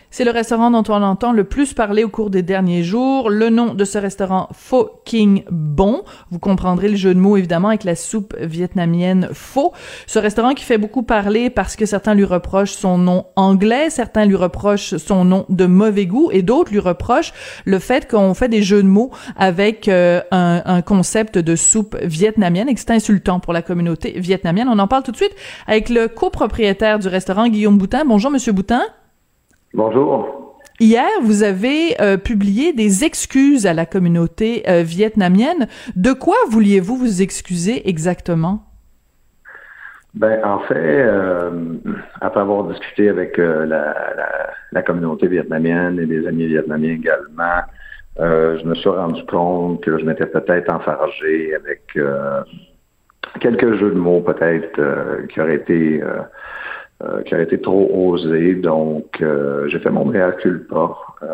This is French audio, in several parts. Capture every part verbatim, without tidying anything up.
C'est le restaurant dont on entend le plus parler au cours des derniers jours. Le nom de ce restaurant, Pho King Bon. Vous comprendrez le jeu de mots, évidemment, avec la soupe vietnamienne pho. Ce restaurant qui fait beaucoup parler parce que certains lui reprochent son nom anglais, certains lui reprochent son nom de mauvais goût et d'autres lui reprochent le fait qu'on fait des jeux de mots avec euh, un, un concept de soupe vietnamienne et que c'est insultant pour la communauté vietnamienne. On en parle tout de suite avec le copropriétaire du restaurant, Guillaume Boutin. Bonjour, Monsieur Boutin. Bonjour. Hier, vous avez euh, publié des excuses à la communauté euh, vietnamienne. De quoi vouliez-vous vous excuser exactement? Ben, en fait, euh, après avoir discuté avec euh, la, la, la communauté vietnamienne et des amis vietnamiens également, euh, je me suis rendu compte que je m'étais peut-être enfargé avec euh, quelques jeux de mots peut-être euh, qui auraient été euh, Euh, qui a été trop osé, donc euh, j'ai fait mon mea culpa. Euh,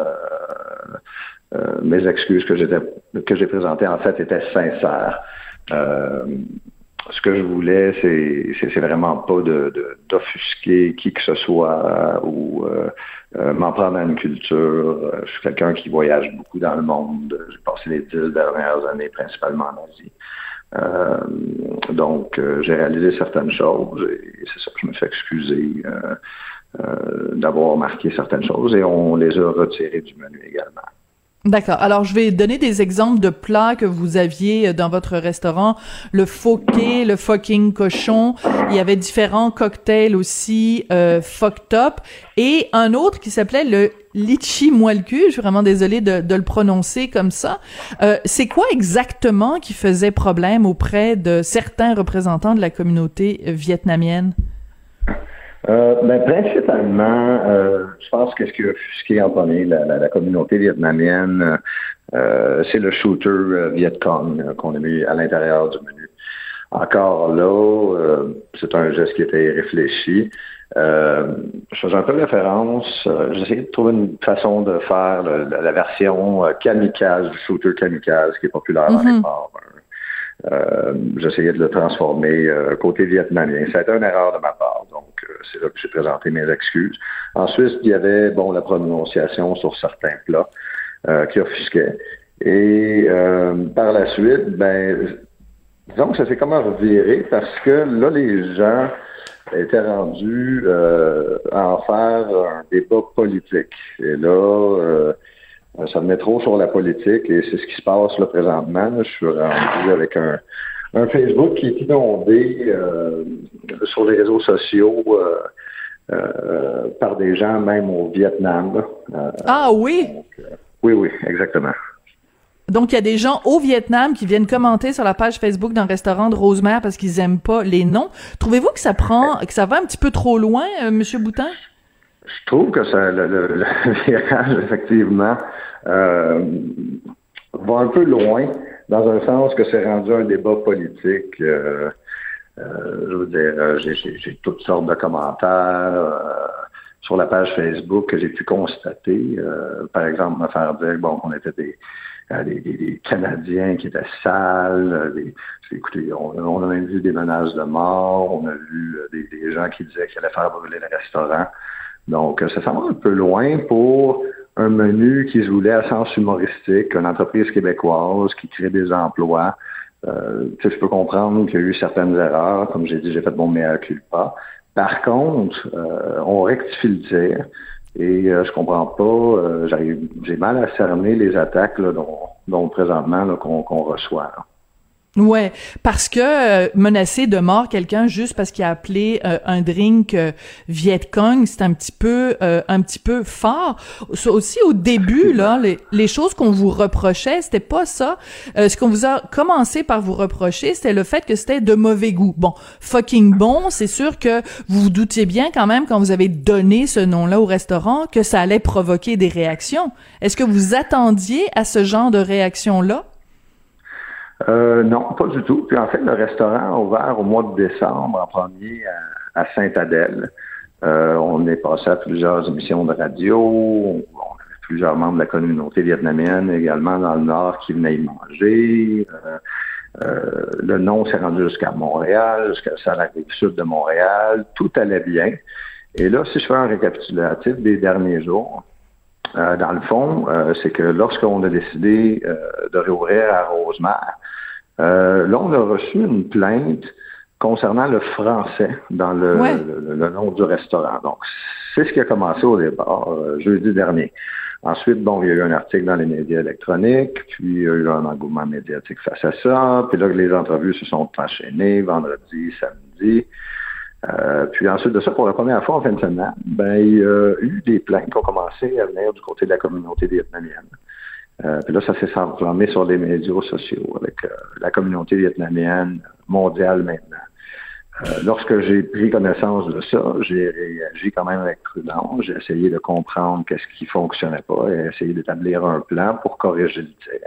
euh, mes excuses que j'étais que j'ai présentées en fait étaient sincères. Euh, ce que je voulais, c'est c'est, c'est vraiment pas de, de d'offusquer qui que ce soit ou euh, euh, m'en prendre à une culture. Je suis quelqu'un qui voyage beaucoup dans le monde. J'ai passé les dix dernières années principalement en Asie. Euh, donc, euh, j'ai réalisé certaines choses et c'est ça que je me suis excusé euh, euh, d'avoir marqué certaines choses et on les a retirées du menu également. D'accord. Alors, je vais donner des exemples de plats que vous aviez dans votre restaurant. Le pho quai, le fucking cochon. Il y avait différents cocktails aussi, euh, phoque top. Et un autre qui s'appelait le litchi moi le cul. Je suis vraiment désolée de, de le prononcer comme ça. Euh, c'est quoi exactement qui faisait problème auprès de certains représentants de la communauté vietnamienne? Euh, ben, principalement, euh, je pense que ce qui a offusqué en premier la, la, la communauté vietnamienne, euh, c'est le shooter euh, Viet Cong euh, qu'on a mis à l'intérieur du menu. Encore là, euh, c'est un geste qui était réfléchi. Euh, je faisais un peu référence, euh, j'essayais de trouver une façon de faire le, la, la version euh, kamikaze du shooter kamikaze qui est populaire mm-hmm. dans les ports. Euh, j'essayais de le transformer euh, côté vietnamien. Ça a été une erreur de ma part, donc euh, c'est là que j'ai présenté mes excuses. Ensuite, il y avait bon la prononciation sur certains plats euh, qui offusquaient. Et euh, par la suite, ben disons que ça s'est comment reviré parce que là, les gens étaient rendus euh, à en faire un débat politique. Et là, euh, ça venait trop sur la politique et c'est ce qui se passe là présentement. Là. Je suis rendu avec un, un Facebook qui est inondé euh, sur les réseaux sociaux euh, euh, par des gens même au Vietnam. Euh, ah oui? Donc, euh, oui, oui, exactement. Donc, il y a des gens au Vietnam qui viennent commenter sur la page Facebook d'un restaurant de Rosemère parce qu'ils aiment pas les noms. Trouvez-vous que ça prend, que ça va un petit peu trop loin, euh, Monsieur Boutin? Je trouve que ça, le, le, le virage, effectivement, euh, va un peu loin, dans un sens que c'est rendu un débat politique. Euh, euh, je veux dire, j'ai, j'ai, j'ai toutes sortes de commentaires euh, sur la page Facebook que j'ai pu constater. Euh, par exemple, me faire dire bon, qu'on était des, des, des, des Canadiens qui étaient sales. Des, écoutez, on, on a même vu des menaces de mort. On a vu des, des gens qui disaient qu'ils allaient faire brûler le restaurant. Donc, ça s'en va un peu loin pour un menu qui se voulait à sens humoristique, une entreprise québécoise qui crée des emplois. Euh, tu sais, je peux comprendre qu'il y a eu certaines erreurs. Comme j'ai dit, j'ai fait mon mea culpa. Par contre, euh, on rectifie le tir et euh, je comprends pas, euh, j'arrive, j'ai mal à cerner les attaques là, dont, dont présentement là, qu'on, qu'on reçoit. Là. Ouais, parce que euh, menacer de mort quelqu'un juste parce qu'il a appelé euh, un drink euh, Viet Cong, c'est un petit peu euh, un petit peu fort. Aussi au début là, les, les choses qu'on vous reprochait, c'était pas ça. Euh, ce qu'on vous a commencé par vous reprocher, c'était le fait que c'était de mauvais goût. Bon, fucking bon, c'est sûr que vous vous doutiez bien quand même quand vous avez donné ce nom-là au restaurant que ça allait provoquer des réactions. Est-ce que vous attendiez à ce genre de réaction-là? Euh, non, pas du tout. Puis en fait, le restaurant a ouvert au mois de décembre en premier à, à Sainte-Adèle. Euh, on est passé à plusieurs émissions de radio. On avait plusieurs membres de la communauté vietnamienne également dans le Nord qui venaient y manger. Euh, euh, le nom s'est rendu jusqu'à Montréal, jusqu'à la rive sud de Montréal. Tout allait bien. Et là, si je fais un récapitulatif des derniers jours, euh, dans le fond, euh, c'est que lorsqu'on a décidé euh, de réouvrir à Rosemère, euh, là, on a reçu une plainte concernant le français dans le, ouais. le, le nom du restaurant. Donc, c'est ce qui a commencé au départ, euh, jeudi dernier. Ensuite, bon, il y a eu un article dans les médias électroniques, puis il y a eu un engouement médiatique face à ça, puis là, les entrevues se sont enchaînées vendredi, samedi. Euh, puis ensuite de ça, pour la première fois en fin de semaine, ben, il y a eu des plaintes qui ont commencé à venir du côté de la communauté vietnamienne. Euh, puis là, ça s'est enflammé sur les médias sociaux avec euh, la communauté vietnamienne mondiale maintenant. Euh, lorsque j'ai pris connaissance de ça, j'ai réagi quand même avec prudence. J'ai essayé de comprendre qu'est-ce qui fonctionnait pas et essayé d'établir un plan pour corriger le tir.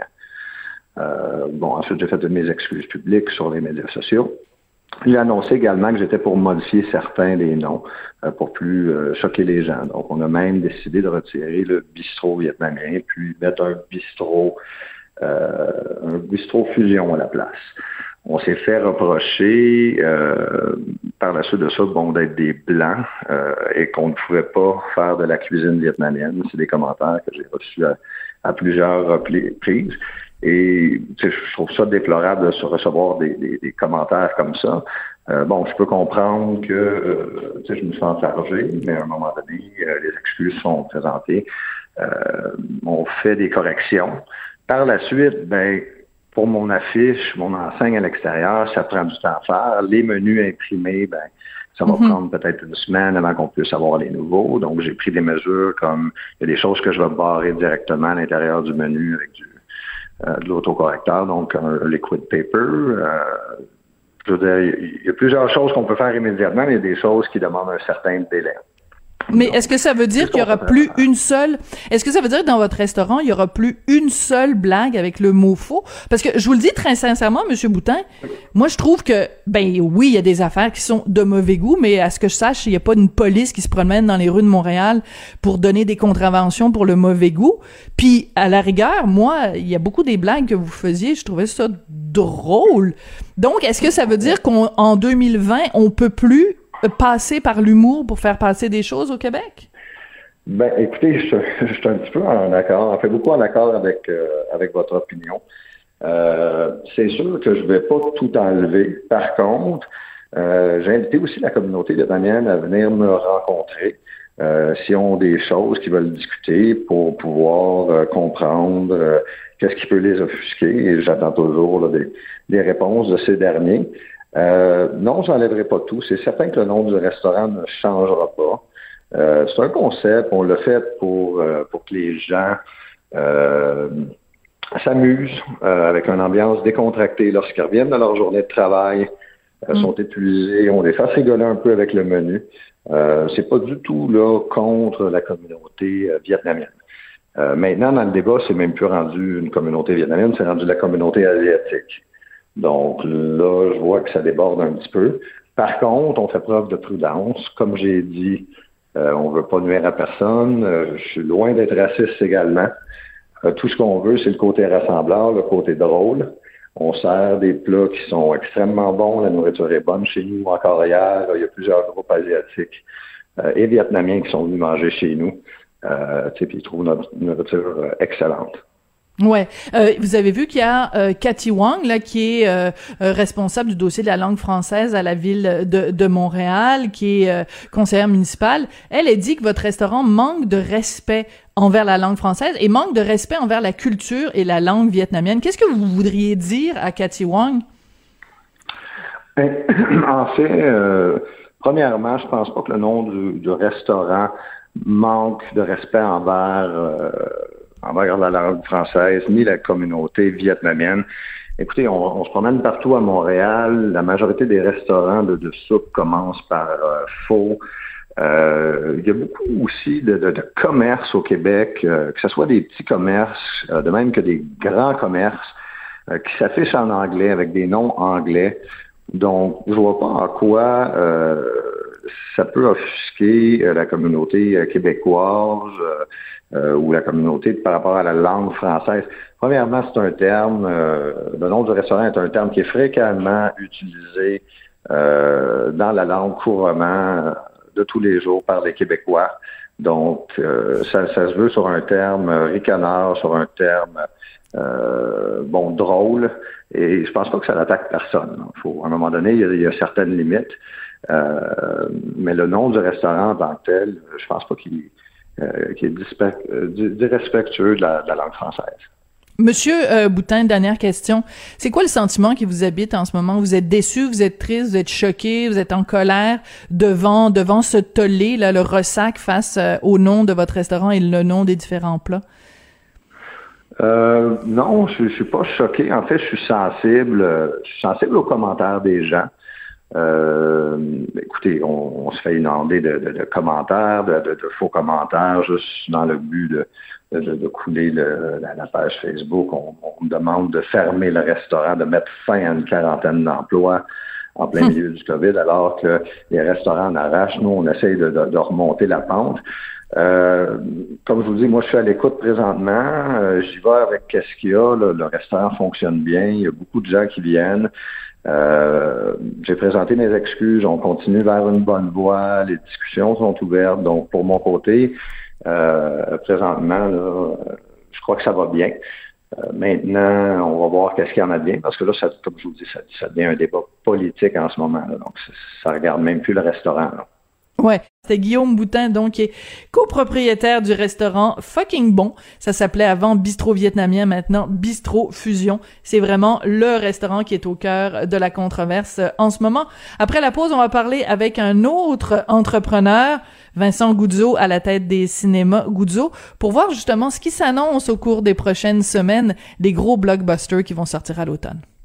Euh, bon, ensuite, j'ai fait de mes excuses publiques sur les médias sociaux. J'ai annoncé également que j'étais pour modifier certains des noms euh, pour plus euh, choquer les gens. Donc, on a même décidé de retirer le bistrot vietnamien puis mettre un bistrot, euh, un bistrot fusion à la place. On s'est fait reprocher euh, par la suite de ça, bon, d'être des blancs euh, et qu'on ne pouvait pas faire de la cuisine vietnamienne. C'est des commentaires que j'ai reçus à, à plusieurs reprises. Et je trouve ça déplorable de se recevoir des, des, des commentaires comme ça. Euh, bon, je peux comprendre que euh, je me sens chargé, mais à un moment donné, euh, les excuses sont présentées. Euh, on fait des corrections. Par la suite, ben, pour mon affiche, mon enseigne à l'extérieur, ça prend du temps à faire. Les menus imprimés, ben, ça va mm-hmm. prendre peut-être une semaine avant qu'on puisse avoir les nouveaux. Donc, j'ai pris des mesures comme il y a des choses que je vais barrer directement à l'intérieur du menu avec du Euh, de l'autocorrecteur, donc un, un liquid paper. Euh, je veux dire, il y a plusieurs choses qu'on peut faire immédiatement, mais il y a des choses qui demandent un certain délai. Mais est-ce que ça veut dire qu'il y aura plus une seule, est-ce que ça veut dire que dans votre restaurant, il y aura plus une seule blague avec le mot faux? Parce que je vous le dis très sincèrement, Monsieur Boutin, moi je trouve que, ben oui, il y a des affaires qui sont de mauvais goût, mais à ce que je sache, il n'y a pas une police qui se promène dans les rues de Montréal pour donner des contraventions pour le mauvais goût. Puis, à la rigueur, moi, il y a beaucoup des blagues que vous faisiez, je trouvais ça drôle. Donc, est-ce que ça veut dire qu'en deux mille vingt, on peut plus passer par l'humour pour faire passer des choses au Québec? Ben, écoutez, je, je suis un petit peu en accord, en fait beaucoup en accord avec euh, avec votre opinion. Euh, c'est sûr que je vais pas tout enlever. Par contre, euh, j'ai invité aussi la communauté vietnamienne à venir me rencontrer euh, s'ils ont des choses qu'ils veulent discuter pour pouvoir euh, comprendre euh, qu'est-ce qui peut les offusquer. Et j'attends toujours là, des, des réponses de ces derniers. Euh, non, j'enlèverai pas tout. C'est certain que le nom du restaurant ne changera pas. Euh, c'est un concept. On l'a fait pour euh, pour que les gens euh, s'amusent euh, avec une ambiance décontractée lorsqu'ils reviennent de leur journée de travail, euh, mm. sont épuisés, on les fasse rigoler un peu avec le menu. Euh, c'est pas du tout là contre la communauté euh, vietnamienne. Euh, maintenant, dans le débat, c'est même plus rendu une communauté vietnamienne, c'est rendu la communauté asiatique. Donc là, je vois que ça déborde un petit peu. Par contre, on fait preuve de prudence. Comme j'ai dit, euh, on veut pas nuire à personne. Euh, je suis loin d'être raciste également. Euh, tout ce qu'on veut, c'est le côté rassembleur, le côté drôle. On sert des plats qui sont extrêmement bons. La nourriture est bonne chez nous. Encore hier, il y a plusieurs groupes asiatiques euh, et vietnamiens qui sont venus manger chez nous. Euh, puis ils trouvent notre nourriture euh, excellente. Ouais, euh, vous avez vu qu'il y a euh, Cathy Wong là qui est euh, euh, responsable du dossier de la langue française à la ville de, de Montréal, qui est euh, conseillère municipale. Elle a dit que votre restaurant manque de respect envers la langue française et manque de respect envers la culture et la langue vietnamienne. Qu'est-ce que vous voudriez dire à Cathy Wong? Ben, en fait, euh, premièrement, je pense pas que le nom du, du restaurant manque de respect envers euh, envers la langue française, ni la communauté vietnamienne. Écoutez, on, on se promène partout à Montréal. La majorité des restaurants de, de soupe commencent par euh, faux. Euh, il y a beaucoup aussi de, de, de commerces au Québec, euh, que ce soit des petits commerces, euh, de même que des grands commerces, euh, qui s'affichent en anglais avec des noms anglais. Donc, je vois pas en quoi euh, ça peut offusquer euh, la communauté euh, québécoise euh, euh, ou la communauté par rapport à la langue française. Premièrement, c'est un terme, euh, le nom du restaurant est un terme qui est fréquemment utilisé euh, dans la langue couramment de tous les jours par les Québécois. Donc, euh, ça, ça se veut sur un terme ricanard, sur un terme euh, bon drôle. Et je pense pas que ça n'attaque personne. Faut, à un moment donné, il y a, il y a certaines limites. Euh, mais le nom du restaurant en tant que tel, je pense pas qu'il, euh, qu'il est dispe- euh, disrespectueux de la, de la langue française. Monsieur euh, Boutin, dernière question. C'est quoi le sentiment qui vous habite en ce moment? Vous êtes déçu, vous êtes triste, vous êtes choqué, vous êtes en colère devant devant ce tollé, là, le ressac face euh, au nom de votre restaurant et le nom des différents plats? Euh, non, je, je suis pas choqué. En fait, je suis sensible. Je suis sensible aux commentaires des gens. Euh, écoutez, on, on se fait inonder de, de, de commentaires, de, de, de faux commentaires, juste dans le but de, de, de couler le, la, la page Facebook. On, on me demande de fermer le restaurant, de mettre fin à une quarantaine d'emplois en plein milieu du COVID, alors que les restaurants en arrachent. Nous, on essaye de, de, de remonter la pente. Euh, comme je vous dis, moi, je suis à l'écoute présentement. Euh, j'y vais avec qu'est-ce qu'il y a. Là, le restaurant fonctionne bien. Il y a beaucoup de gens qui viennent. Euh, j'ai présenté mes excuses, on continue vers une bonne voie, les discussions sont ouvertes, donc pour mon côté, euh, présentement, là, je crois que ça va bien. Euh, maintenant, on va voir qu'est-ce qu'il y en a de bien, parce que là, ça, comme je vous dis, ça, ça devient un débat politique en ce moment, là, donc ça, ça regarde même plus le restaurant, là. Ouais, c'était Guillaume Boutin, donc, qui est copropriétaire du restaurant Fucking Bon. Ça s'appelait avant Bistrot Vietnamien, maintenant Bistrot Fusion. C'est vraiment le restaurant qui est au cœur de la controverse en ce moment. Après la pause, on va parler avec un autre entrepreneur, Vincent Goudzo, à la tête des cinémas Goudzo, pour voir justement ce qui s'annonce au cours des prochaines semaines, des gros blockbusters qui vont sortir à l'automne.